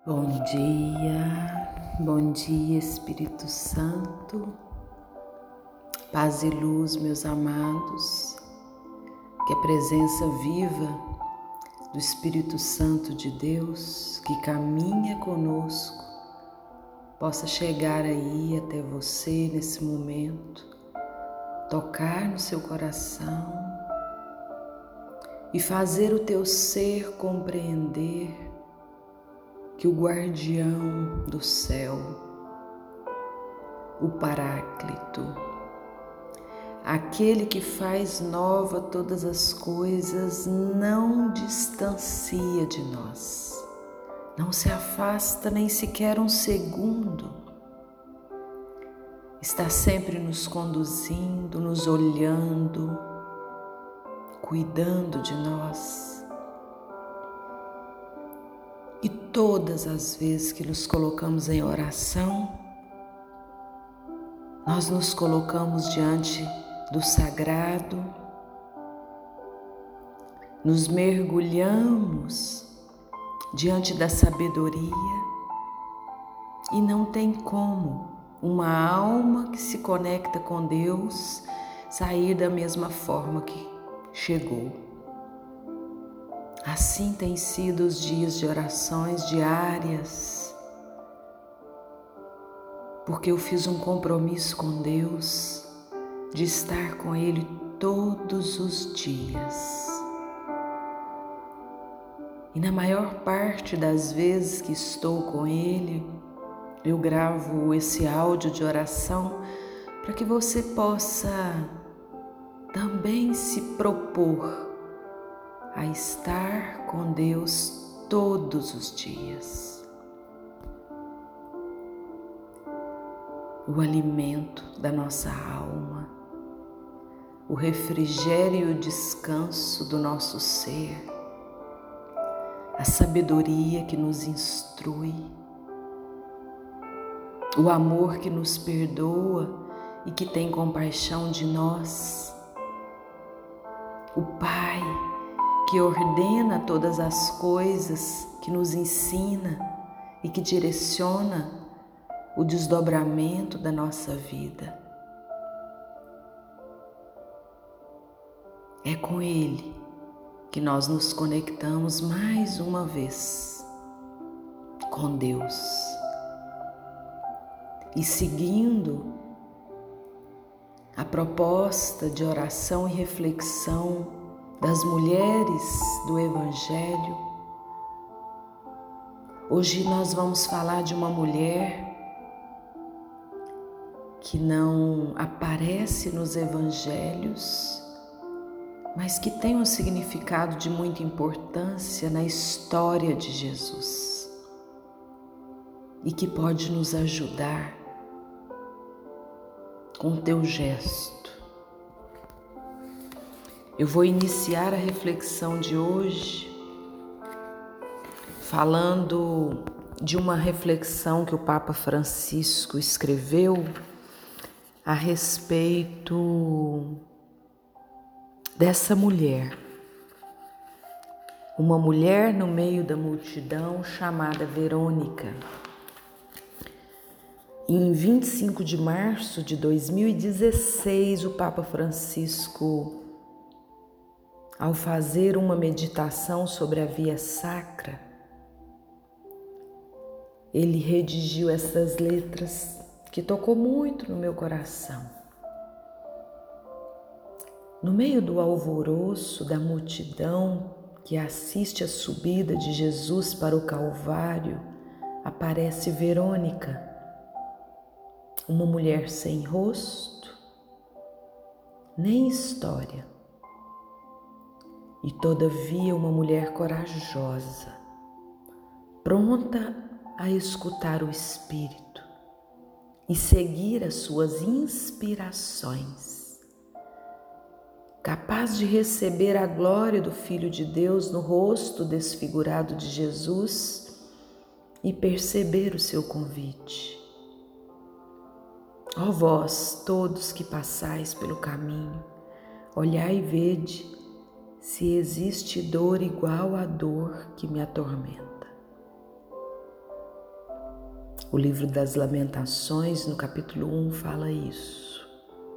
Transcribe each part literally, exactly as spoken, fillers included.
Bom dia, bom dia Espírito Santo, paz e luz, meus amados, que a presença viva do Espírito Santo de Deus, que caminha conosco, possa chegar aí até você nesse momento, tocar no seu coração e fazer o teu ser compreender que o guardião do céu, o Paráclito, aquele que faz nova todas as coisas, não distancia de nós, não se afasta nem sequer um segundo, está sempre nos conduzindo, nos olhando, cuidando de nós. E todas as vezes que nos colocamos em oração, nós nos colocamos diante do sagrado, nos mergulhamos diante da sabedoria e não tem como uma alma que se conecta com Deus sair da mesma forma que chegou. Assim têm sido os dias de orações diárias, porque eu fiz um compromisso com Deus de estar com Ele todos os dias. E na maior parte das vezes que estou com Ele, eu gravo esse áudio de oração para que você possa também se propor a estar com Deus todos os dias. O alimento da nossa alma, o refrigério e o descanso do nosso ser, a sabedoria que nos instrui, o amor que nos perdoa e que tem compaixão de nós, o Pai que ordena todas as coisas, que nos ensina e que direciona o desdobramento da nossa vida. É com Ele que nós nos conectamos mais uma vez com Deus. E seguindo a proposta de oração e reflexão das mulheres do Evangelho, hoje nós vamos falar de uma mulher que não aparece nos Evangelhos, mas que tem um significado de muita importância na história de Jesus e que pode nos ajudar com o teu gesto. Eu vou iniciar a reflexão de hoje falando de uma reflexão que o Papa Francisco escreveu a respeito dessa mulher, uma mulher no meio da multidão chamada Verônica. Em vinte e cinco de março de dois mil e dezesseis, o Papa Francisco, ao fazer uma meditação sobre a via sacra, ele redigiu essas letras que tocou muito no meu coração. No meio do alvoroço da multidão que assiste a subida de Jesus para o Calvário, aparece Verônica, uma mulher sem rosto, nem história, e todavia uma mulher corajosa, pronta a escutar o Espírito e seguir as suas inspirações, capaz de receber a glória do Filho de Deus no rosto desfigurado de Jesus e perceber o seu convite. Ó vós, todos que passais pelo caminho, olhai e vede se existe dor igual à dor que me atormenta. O livro das Lamentações, no capítulo um, fala isso.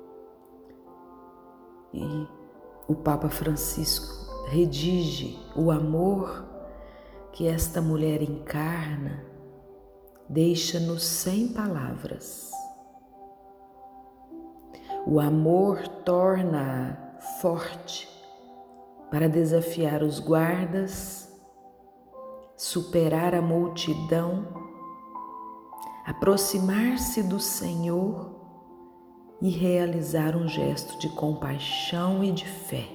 E o Papa Francisco redige o amor que esta mulher encarna, deixa-nos sem palavras. O amor torna-a forte para desafiar os guardas, superar a multidão, aproximar-se do Senhor e realizar um gesto de compaixão e de fé.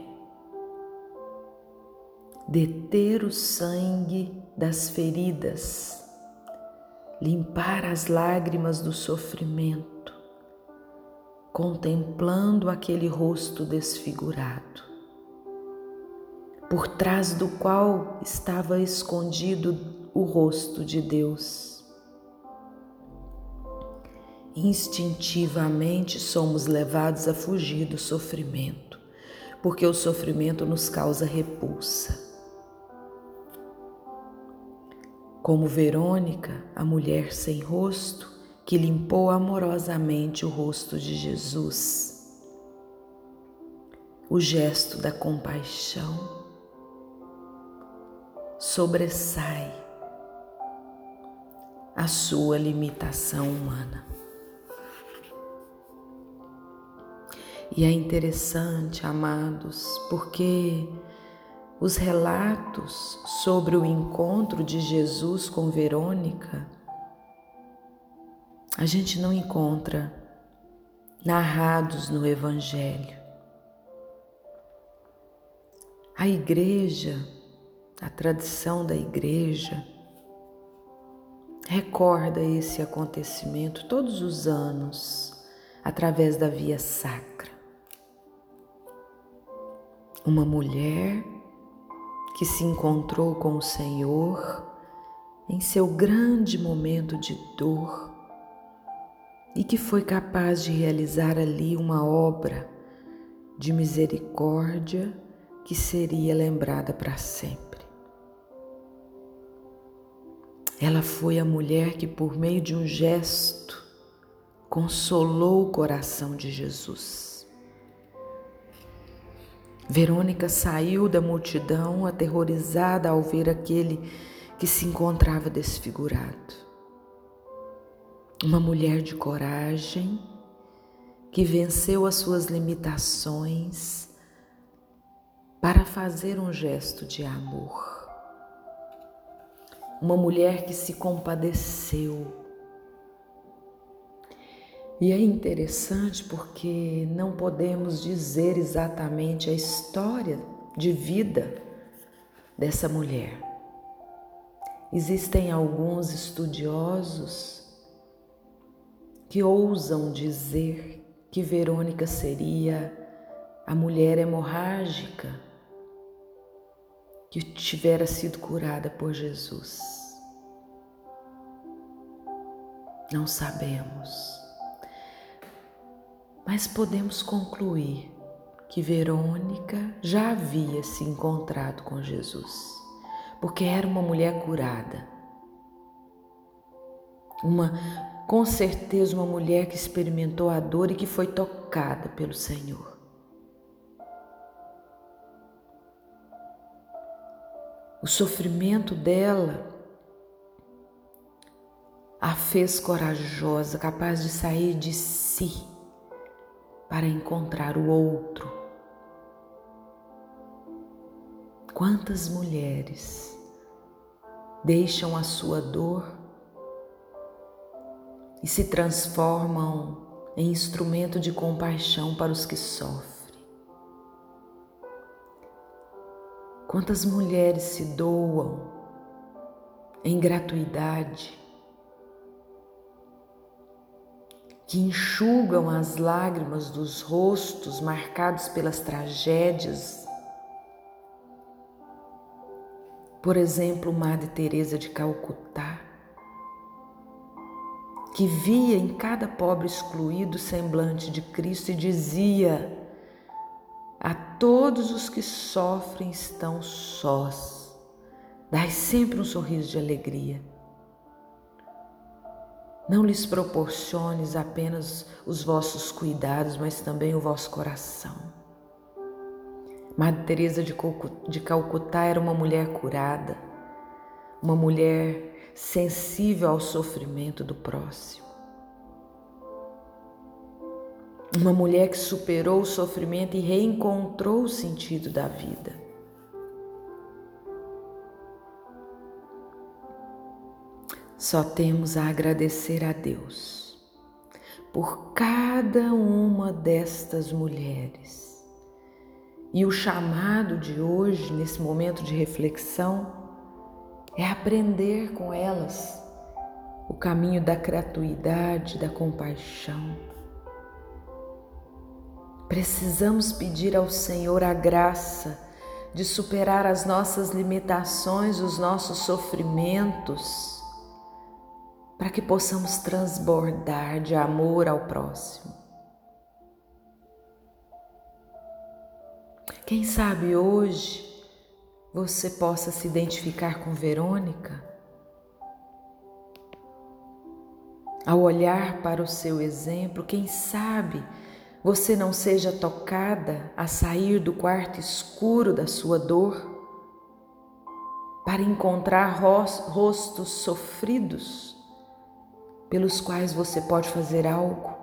Deter o sangue das feridas, limpar as lágrimas do sofrimento, contemplando aquele rosto desfigurado, por trás do qual estava escondido o rosto de Deus. Instintivamente somos levados a fugir do sofrimento, porque o sofrimento nos causa repulsa. Como Verônica, a mulher sem rosto, que limpou amorosamente o rosto de Jesus. O gesto da compaixão sobressai a sua limitação humana. E é interessante, amados, porque os relatos sobre o encontro de Jesus com Verônica a gente não encontra narrados no Evangelho. A igreja, a tradição da igreja, recorda esse acontecimento todos os anos, através da via sacra. Uma mulher que se encontrou com o Senhor em seu grande momento de dor, e que foi capaz de realizar ali uma obra de misericórdia que seria lembrada para sempre. Ela foi a mulher que, por meio de um gesto, consolou o coração de Jesus. Verônica saiu da multidão aterrorizada ao ver aquele que se encontrava desfigurado. Uma mulher de coragem, que venceu as suas limitações para fazer um gesto de amor. Uma mulher que se compadeceu. E é interessante porque não podemos dizer exatamente a história de vida dessa mulher. Existem alguns estudiosos que ousam dizer que Verônica seria a mulher hemorrágica que tivera sido curada por Jesus. Não sabemos, mas podemos concluir que Verônica já havia se encontrado com Jesus, porque era uma mulher curada, uma com certeza uma mulher que experimentou a dor e que foi tocada pelo Senhor. O sofrimento dela a fez corajosa, capaz de sair de si para encontrar o outro. Quantas mulheres deixam a sua dor e se transformam em instrumento de compaixão para os que sofrem. Quantas mulheres se doam em gratuidade, que enxugam as lágrimas dos rostos marcados pelas tragédias. Por exemplo, Madre Teresa de Calcutá, que via em cada pobre excluído o semblante de Cristo e dizia: a todos os que sofrem estão sós, dai sempre um sorriso de alegria. Não lhes proporciones apenas os vossos cuidados, mas também o vosso coração. Madre Teresa de Calcutá era uma mulher curada, uma mulher sensível ao sofrimento do próximo. Uma mulher que superou o sofrimento e reencontrou o sentido da vida. Só temos a agradecer a Deus por cada uma destas mulheres. E o chamado de hoje, nesse momento de reflexão, é aprender com elas o caminho da gratuidade, da compaixão. Precisamos pedir ao Senhor a graça de superar as nossas limitações, os nossos sofrimentos, para que possamos transbordar de amor ao próximo. Quem sabe hoje você possa se identificar com Verônica? Ao olhar para o seu exemplo, quem sabe você não seja tocada a sair do quarto escuro da sua dor para encontrar rostos sofridos pelos quais você pode fazer algo.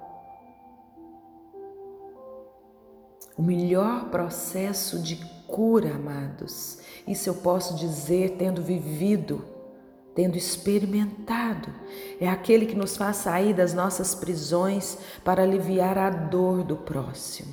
O melhor processo de cura, amados, isso eu posso dizer tendo vivido, tendo experimentado, é aquele que nos faz sair das nossas prisões para aliviar a dor do próximo.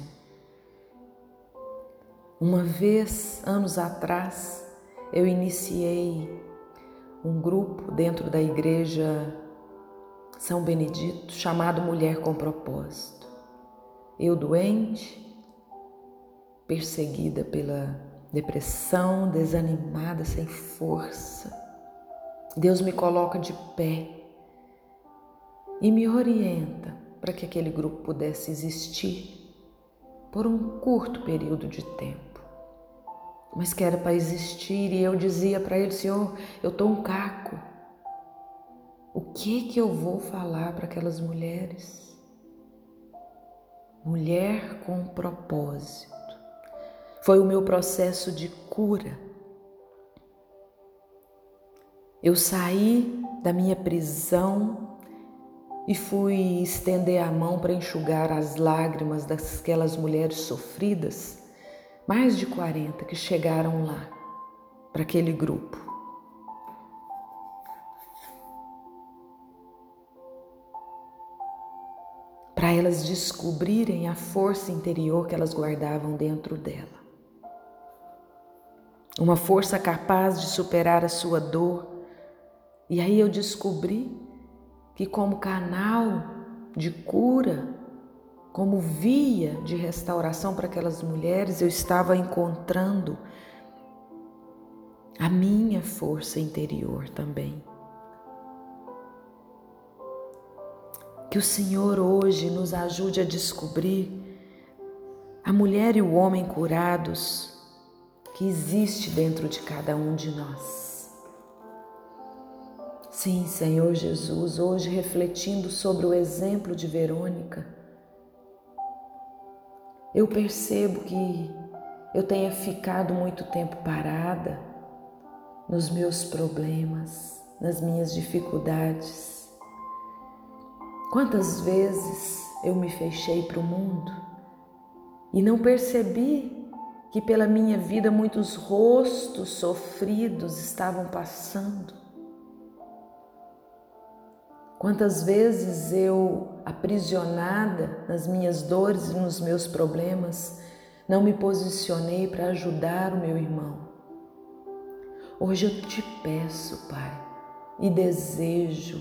Uma vez, anos atrás, eu iniciei um grupo dentro da igreja São Benedito chamado Mulher com Propósito. Eu doente, perseguida pela depressão, desanimada, sem força. Deus me coloca de pé e me orienta para que aquele grupo pudesse existir por um curto período de tempo, mas que era para existir. E eu dizia para ele: Senhor, eu estou um caco, o que que eu vou falar para aquelas mulheres? Mulher com propósito. Foi o meu processo de cura. Eu saí da minha prisão e fui estender a mão para enxugar as lágrimas daquelas mulheres sofridas, mais de quarenta que chegaram lá, para aquele grupo. Para elas descobrirem a força interior que elas guardavam dentro dela. Uma força capaz de superar a sua dor. E aí eu descobri que, como canal de cura, como via de restauração para aquelas mulheres, eu estava encontrando a minha força interior também. Que o Senhor hoje nos ajude a descobrir a mulher e o homem curados que existe dentro de cada um de nós. Sim, Senhor Jesus, hoje refletindo sobre o exemplo de Verônica, eu percebo que eu tenha ficado muito tempo parada nos meus problemas, nas minhas dificuldades. Quantas vezes eu me fechei para o mundo e não percebi que pela minha vida muitos rostos sofridos estavam passando. Quantas vezes eu, aprisionada nas minhas dores e nos meus problemas, não me posicionei para ajudar o meu irmão. Hoje eu te peço, Pai, e desejo,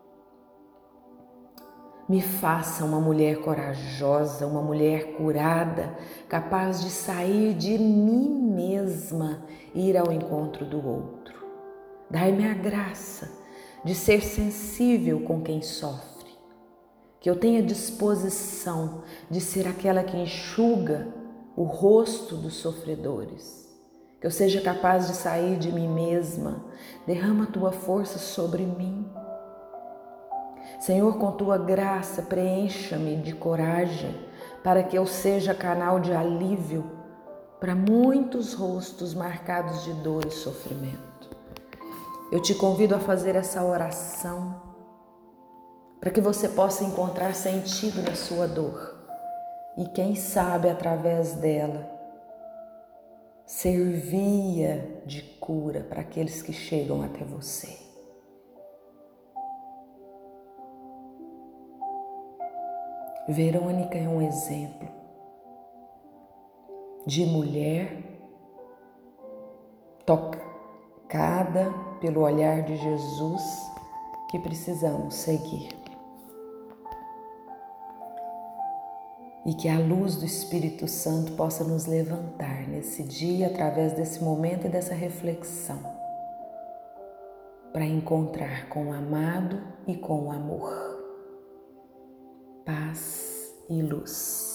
me faça uma mulher corajosa, uma mulher curada, capaz de sair de mim mesma e ir ao encontro do outro. Dai-me a graça de ser sensível com quem sofre, que eu tenha disposição de ser aquela que enxuga o rosto dos sofredores, que eu seja capaz de sair de mim mesma. Derrama a tua força sobre mim. Senhor, com tua graça, preencha-me de coragem para que eu seja canal de alívio para muitos rostos marcados de dor e sofrimento. Eu te convido a fazer essa oração para que você possa encontrar sentido na sua dor e, quem sabe, através dela, servia de cura para aqueles que chegam até você. Verônica é um exemplo de mulher tocada pelo olhar de Jesus que precisamos seguir. E que a luz do Espírito Santo possa nos levantar nesse dia, através desse momento e dessa reflexão, para encontrar com o amado e com o amor, paz e luz.